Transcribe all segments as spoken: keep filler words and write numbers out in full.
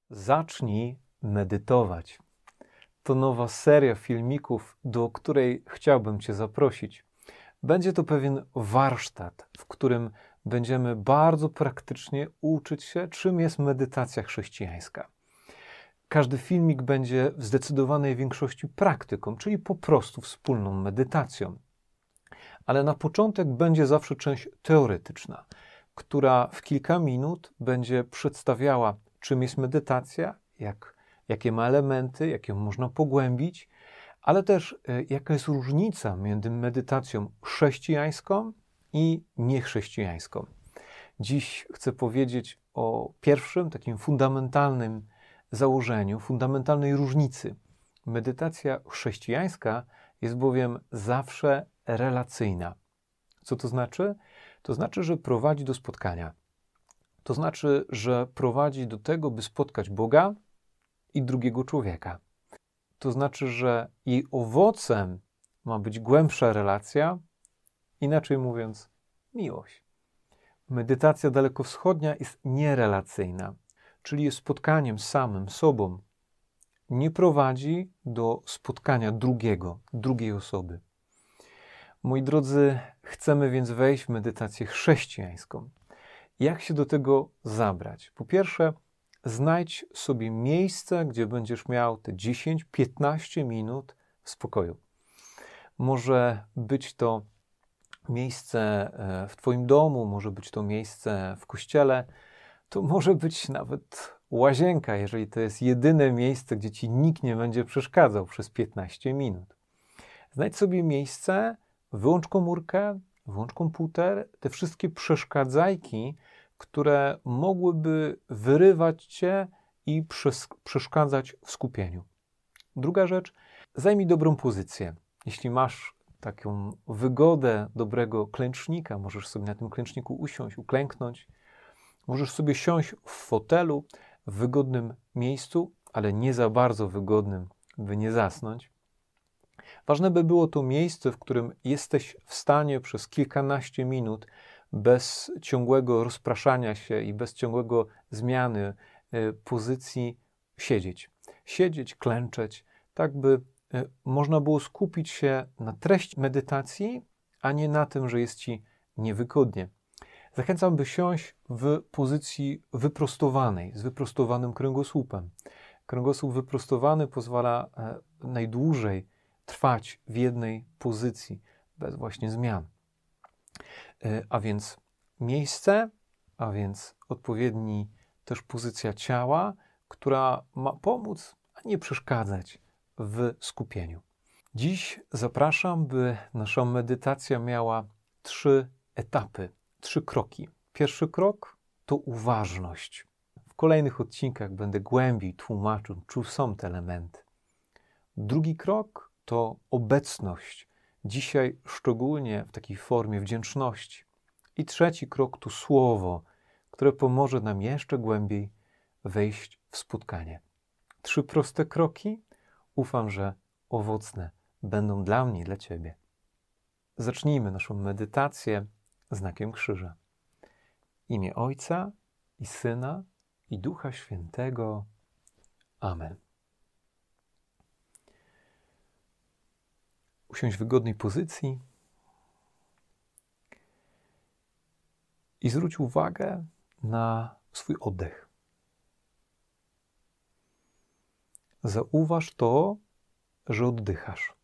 Zacznij medytować. To nowa seria filmików, do której chciałbym Cię zaprosić. Będzie to pewien warsztat, w którym będziemy bardzo praktycznie uczyć się, czym jest medytacja chrześcijańska. Każdy filmik będzie w zdecydowanej większości praktyką, czyli po prostu wspólną medytacją. Ale na początek będzie zawsze część teoretyczna, która w kilka minut będzie przedstawiała, czym jest medytacja, jak, jakie ma elementy, jak ją można pogłębić, ale też e, jaka jest różnica między medytacją chrześcijańską i niechrześcijańską. Dziś chcę powiedzieć o pierwszym, takim fundamentalnym założeniu, fundamentalnej różnicy. Medytacja chrześcijańska jest bowiem zawsze relacyjna. Co to znaczy? To znaczy, że prowadzi do spotkania. To znaczy, że prowadzi do tego, by spotkać Boga i drugiego człowieka. To znaczy, że jej owocem ma być głębsza relacja, inaczej mówiąc, miłość. Medytacja dalekowschodnia jest nierelacyjna, czyli jest spotkaniem z samym sobą. Nie prowadzi do spotkania drugiego, drugiej osoby. Moi drodzy, chcemy więc wejść w medytację chrześcijańską. Jak się do tego zabrać? Po pierwsze, znajdź sobie miejsce, gdzie będziesz miał te dziesięć do piętnastu minut w spokoju. Może być to miejsce w Twoim domu, może być to miejsce w kościele, to może być nawet łazienka, jeżeli to jest jedyne miejsce, gdzie Ci nikt nie będzie przeszkadzał przez piętnaście minut. Znajdź sobie miejsce, wyłącz komórkę, włącz komputer, te wszystkie przeszkadzajki, które mogłyby wyrywać Cię i przeszkadzać w skupieniu. Druga rzecz, zajmij dobrą pozycję. Jeśli masz taką wygodę dobrego klęcznika, możesz sobie na tym klęczniku usiąść, uklęknąć. Możesz sobie siąść w fotelu, w wygodnym miejscu, ale nie za bardzo wygodnym, by nie zasnąć. Ważne by było to miejsce, w którym jesteś w stanie przez kilkanaście minut bez ciągłego rozpraszania się i bez ciągłego zmiany y, pozycji siedzieć. Siedzieć, klęczeć, tak by y, można było skupić się na treści medytacji, a nie na tym, że jest Ci niewygodnie. Zachęcam, by siąść w pozycji wyprostowanej, z wyprostowanym kręgosłupem. Kręgosłup wyprostowany pozwala e, najdłużej trwać w jednej pozycji, bez właśnie zmian. E, a więc miejsce, a więc odpowiedni też pozycja ciała, która ma pomóc, a nie przeszkadzać w skupieniu. Dziś zapraszam, by nasza medytacja miała trzy etapy. Trzy kroki. Pierwszy krok to uważność. W kolejnych odcinkach będę głębiej tłumaczył, czym są te elementy. Drugi krok to obecność. Dzisiaj szczególnie w takiej formie wdzięczności. I trzeci krok to słowo, które pomoże nam jeszcze głębiej wejść w spotkanie. Trzy proste kroki. Ufam, że owocne będą dla mnie i dla Ciebie. Zacznijmy naszą medytację znakiem krzyża. W imię Ojca i Syna i Ducha Świętego. Amen. Usiądź w wygodnej pozycji i zwróć uwagę na swój oddech. Zauważ to, że oddychasz.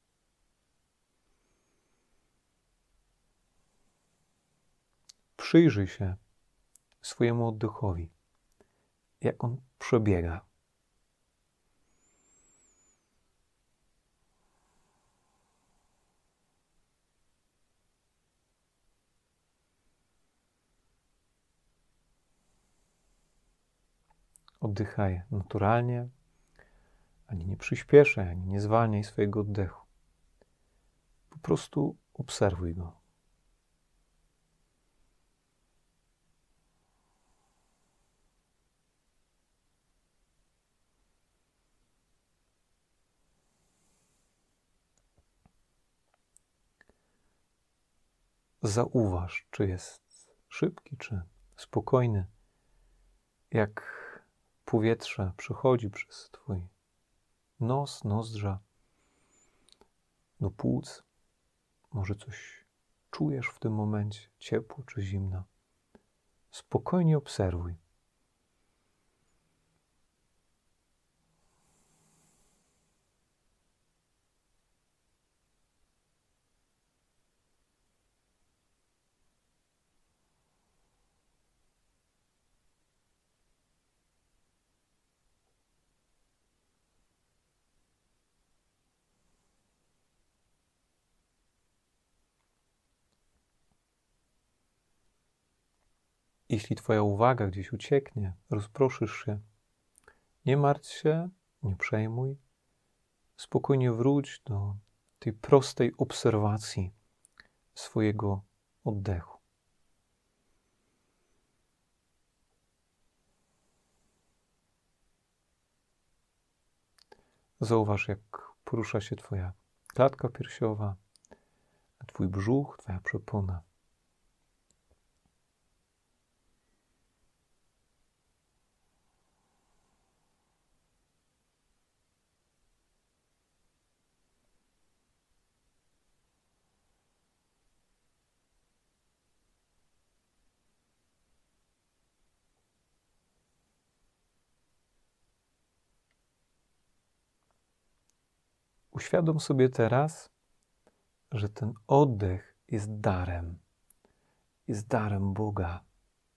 Przyjrzyj się swojemu oddechowi, jak on przebiega. Oddychaj naturalnie, ani nie przyspieszaj, ani nie zwalniaj swojego oddechu. Po prostu obserwuj go. Zauważ, czy jest szybki, czy spokojny, jak powietrze przechodzi przez twój nos, nozdrza, do płuc. Może coś czujesz w tym momencie, ciepło czy zimno. Spokojnie obserwuj. Jeśli twoja uwaga gdzieś ucieknie, rozproszysz się, nie martw się, nie przejmuj. Spokojnie wróć do tej prostej obserwacji swojego oddechu. Zauważ, jak porusza się twoja klatka piersiowa, twój brzuch, twoja przepona. Uświadom sobie teraz, że ten oddech jest darem. Jest darem Boga.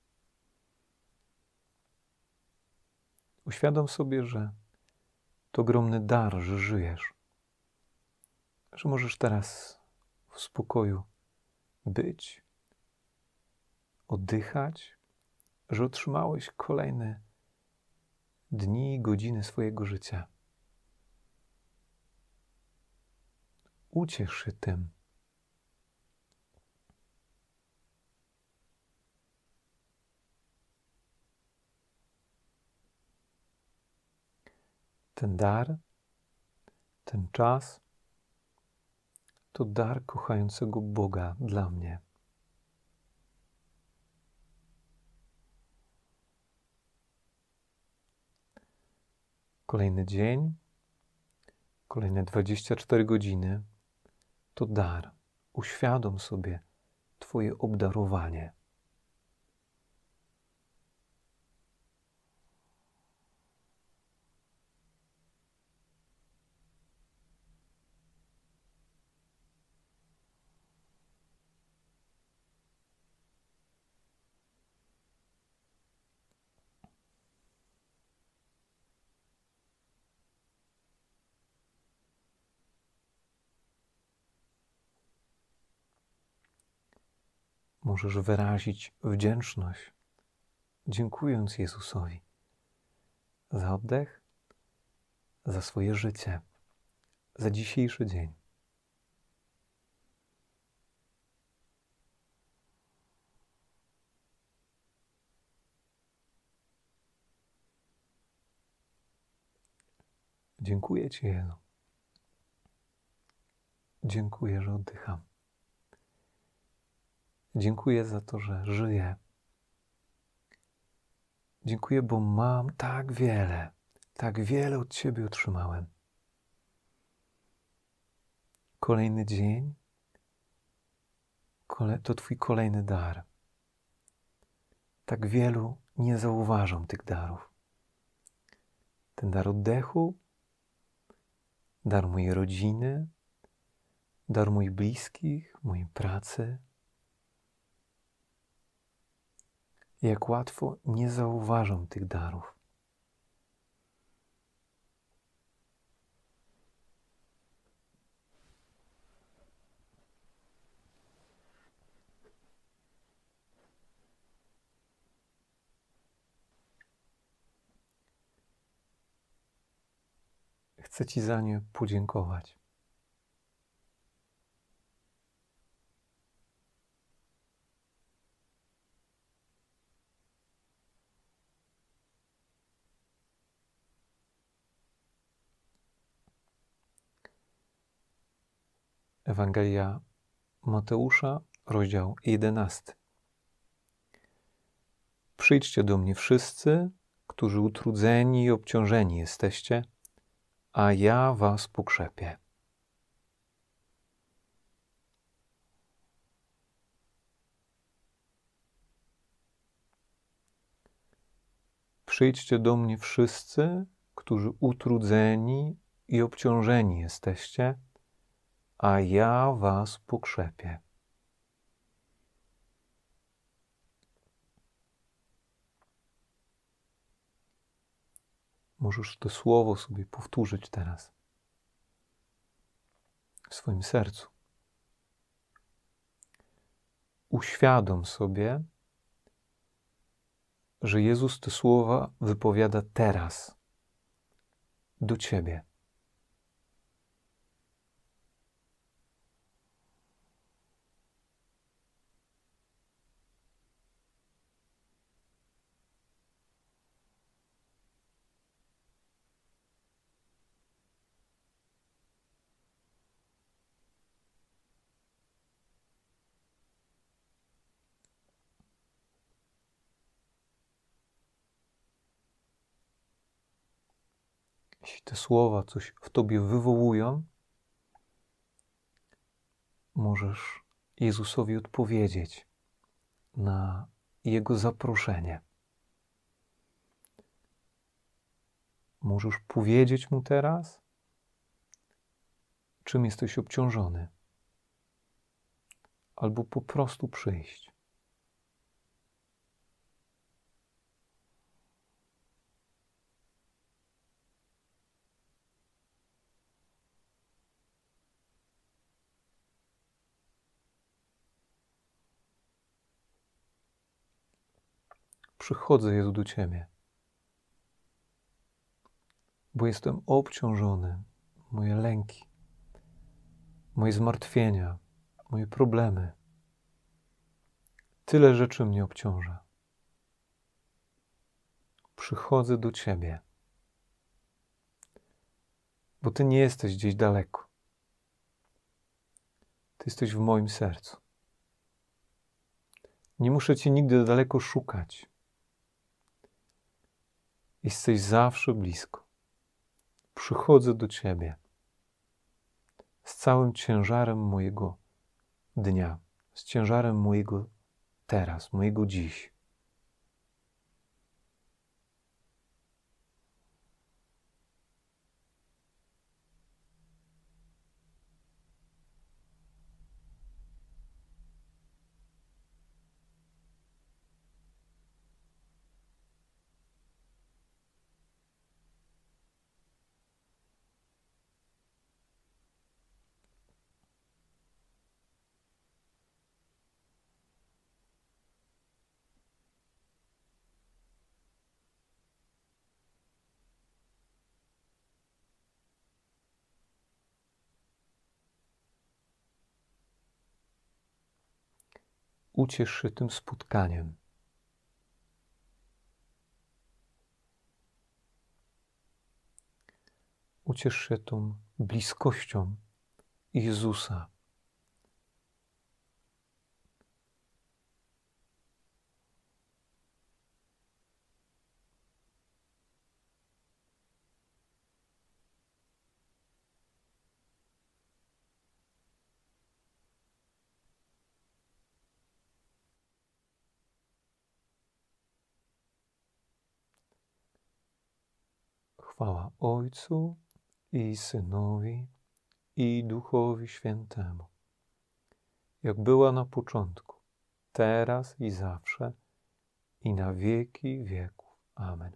Uświadom sobie, że to ogromny dar, że żyjesz. Że możesz teraz w spokoju być, oddychać, że otrzymałeś kolejne dni i godziny swojego życia. Uciesz się tym. Ten dar, ten czas to dar kochającego Boga dla mnie. Kolejny dzień, kolejne dwadzieścia cztery godziny to dar. Uświadom sobie twoje obdarowanie. Możesz wyrazić wdzięczność, dziękując Jezusowi za oddech, za swoje życie, za dzisiejszy dzień. Dziękuję Ci, Jezu. Dziękuję, że oddycham. Dziękuję za to, że żyję. Dziękuję, bo mam tak wiele, tak wiele od Ciebie otrzymałem. Kolejny dzień to Twój kolejny dar. Tak wielu nie zauważam tych darów. Ten dar oddechu, dar mojej rodziny, dar moich bliskich, mojej pracy. Jak łatwo nie zauważam tych darów. Chcę Ci za nie podziękować. Ewangelia Mateusza, rozdział jedenasty. Przyjdźcie do mnie wszyscy, którzy utrudzeni i obciążeni jesteście, a ja was pokrzepię. Przyjdźcie do mnie wszyscy, którzy utrudzeni i obciążeni jesteście, a ja was pokrzepię. Możesz to słowo sobie powtórzyć teraz w swoim sercu. Uświadom sobie, że Jezus te słowa wypowiada teraz do ciebie. Jeśli te słowa coś w tobie wywołują, możesz Jezusowi odpowiedzieć na Jego zaproszenie. Możesz powiedzieć Mu teraz, czym jesteś obciążony, albo po prostu przyjść. Przychodzę, Jezu, do Ciebie, bo jestem obciążony. Moje lęki, moje zmartwienia, moje problemy. Tyle rzeczy mnie obciąża. Przychodzę do Ciebie, bo Ty nie jesteś gdzieś daleko. Ty jesteś w moim sercu. Nie muszę Cię nigdy daleko szukać. Jesteś zawsze blisko. Przychodzę do Ciebie z całym ciężarem mojego dnia, z ciężarem mojego teraz, mojego dziś. Uciesz się tym spotkaniem. Uciesz się tą bliskością Jezusa. Chwała Ojcu i Synowi i Duchowi Świętemu, jak była na początku, teraz i zawsze, i na wieki wieków. Amen.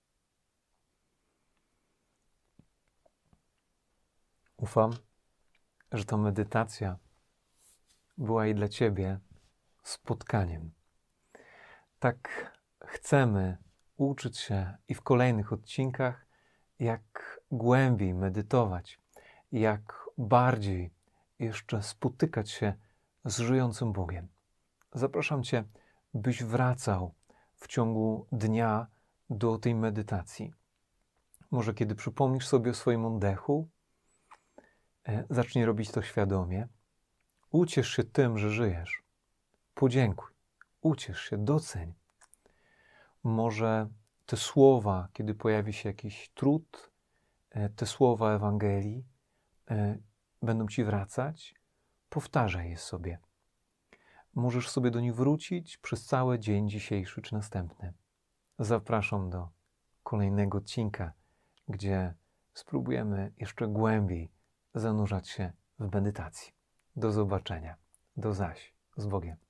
Ufam, że ta medytacja była i dla Ciebie spotkaniem. Tak chcemy uczyć się i w kolejnych odcinkach, jak głębiej medytować, jak bardziej jeszcze spotykać się z żyjącym Bogiem. Zapraszam Cię, byś wracał w ciągu dnia do tej medytacji. Może kiedy przypomnisz sobie o swoim oddechu, zacznij robić to świadomie. Uciesz się tym, że żyjesz. Podziękuj. Uciesz się, doceń. Może te słowa, kiedy pojawi się jakiś trud, te słowa Ewangelii będą ci wracać, powtarzaj je sobie. Możesz sobie do nich wrócić przez cały dzień dzisiejszy czy następny. Zapraszam do kolejnego odcinka, gdzie spróbujemy jeszcze głębiej zanurzać się w medytacji. Do zobaczenia. Do zaś. Z Bogiem.